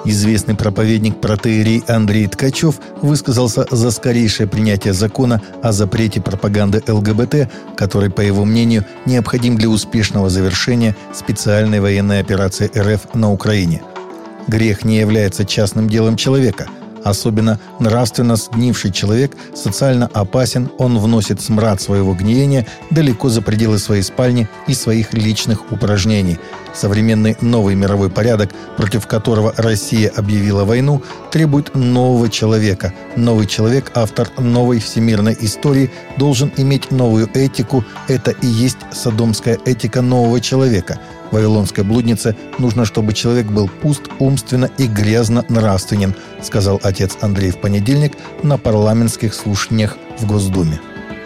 Известный проповедник протоиерей Андрей Ткачев высказался за скорейшее принятие закона о запрете пропаганды ЛГБТ, который, по его мнению, необходим для успешного завершения специальной военной операции РФ на Украине. Грех не является частным делом человека. Особенно нравственно сгнивший человек социально опасен, он вносит смрад своего гниения далеко за пределы своей спальни и своих личных упражнений. Современный новый мировой порядок, против которого Россия объявила войну, требует нового человека. Новый человек, автор новой всемирной истории, должен иметь новую этику. Это и есть содомская этика нового человека. Вавилонской блуднице нужно, чтобы человек был пуст умственно и грязно нравственен, сказал отец Андрей в понедельник на парламентских слушаниях в Госдуме.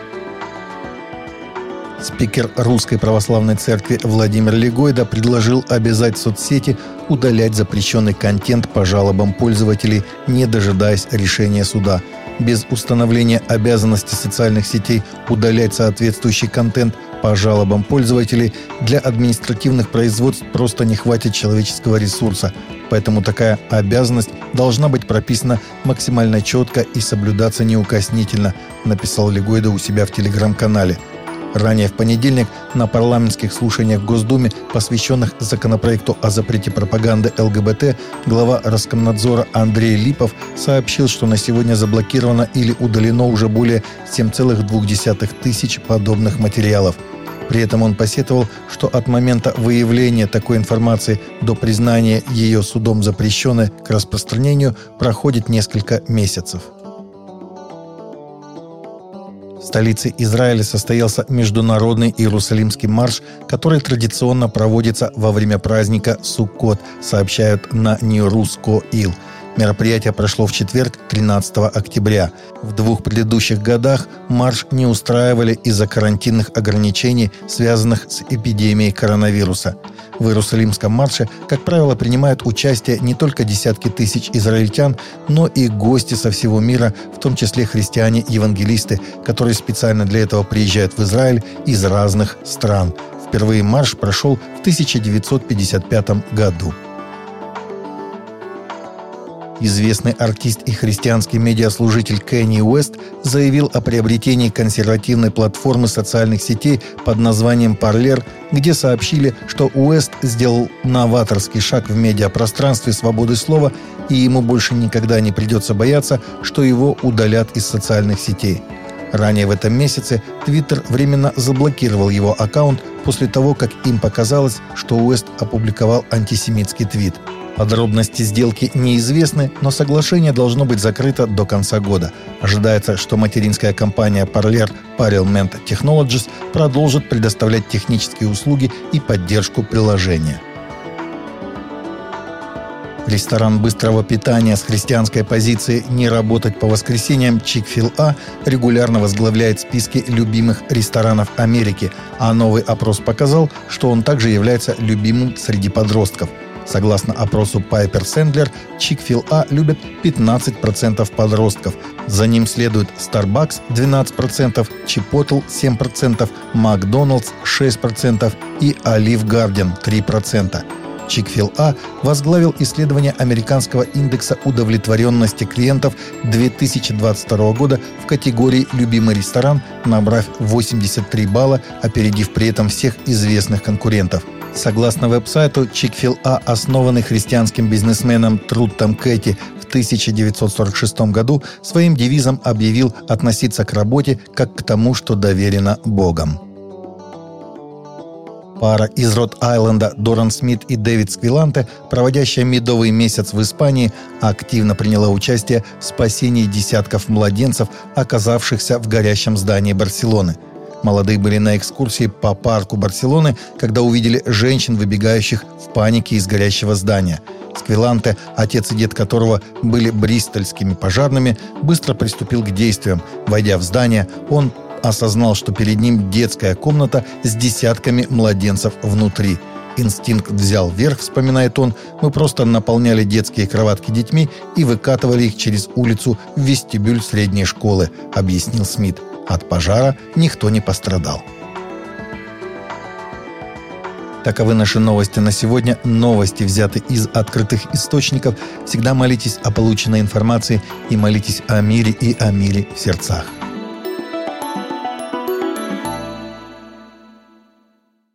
Спикер Русской Православной Церкви Владимир Легойда предложил обязать соцсети удалять запрещенный контент по жалобам пользователей, не дожидаясь решения суда. Без установления обязанности социальных сетей удалять соответствующий контент по жалобам пользователей для административных производств просто не хватит человеческого ресурса. Поэтому такая обязанность должна быть прописана максимально четко и соблюдаться неукоснительно, написал Легойда у себя в телеграм-канале. Ранее в понедельник на парламентских слушаниях в Госдуме, посвященных законопроекту о запрете пропаганды ЛГБТ, глава Роскомнадзора Андрей Липов сообщил, что на сегодня заблокировано или удалено уже более 7,2 тысяч подобных материалов. При этом он посетовал, что от момента выявления такой информации до признания ее судом запрещенной к распространению проходит несколько месяцев. В столице Израиля состоялся международный Иерусалимский марш, который традиционно проводится во время праздника Суккот, сообщают на Newrusko.il. Мероприятие прошло в четверг, 13 октября. В 2 предыдущих годах марш не устраивали из-за карантинных ограничений, связанных с эпидемией коронавируса. В Иерусалимском марше, как правило, принимают участие не только десятки тысяч израильтян, но и гости со всего мира, в том числе христиане-евангелисты, которые специально для этого приезжают в Израиль из разных стран. Впервые марш прошел в 1955 году. Известный артист и христианский медиаслужитель Кэнни Уэст заявил о приобретении консервативной платформы социальных сетей под названием Parler, где сообщили, что Уэст сделал новаторский шаг в медиапространстве свободы слова, и ему больше никогда не придется бояться, что его удалят из социальных сетей. Ранее в этом месяце Twitter временно заблокировал его аккаунт после того, как им показалось, что Уэст опубликовал антисемитский твит. Подробности сделки неизвестны, но соглашение должно быть закрыто до конца года. Ожидается, что материнская компания Parler Parliament Technologies продолжит предоставлять технические услуги и поддержку приложения. Ресторан быстрого питания с христианской позицией «не работать по воскресеньям» Chick-fil-A регулярно возглавляет списки любимых ресторанов Америки, а новый опрос показал, что он также является любимым среди подростков. Согласно опросу Piper Sandler, Chick-fil-A любят 15% подростков. За ним следует Starbucks 12%, Chipotle 7%, McDonald's 6% и Olive Garden 3%. Chick-fil-A возглавил исследование американского индекса удовлетворенности клиентов 2022 года в категории «Любимый ресторан», набрав 83 балла, опередив при этом всех известных конкурентов. Согласно веб-сайту, Chick-fil-A, основанный христианским бизнесменом Трутом Кэти в 1946 году, своим девизом объявил относиться к работе как к тому, что доверено Богом. Пара из Род-Айленда Доран Смит и Дэвид Сквиланте, проводящая медовый месяц в Испании, активно приняла участие в спасении десятков младенцев, оказавшихся в горящем здании Барселоны. Молодые были на экскурсии по парку Барселоны, когда увидели женщин, выбегающих в панике из горящего здания. Сквиланте, отец и дед которого были бристольскими пожарными, быстро приступил к действиям. Войдя в здание, он осознал, что перед ним детская комната с десятками младенцев внутри. «Инстинкт взял верх», — вспоминает он, «мы просто наполняли детские кроватки детьми и выкатывали их через улицу в вестибюль средней школы», — объяснил Смит. От пожара никто не пострадал. Таковы наши новости на сегодня. Новости взяты из открытых источников. Всегда молитесь о полученной информации и молитесь о мире и о мире в сердцах.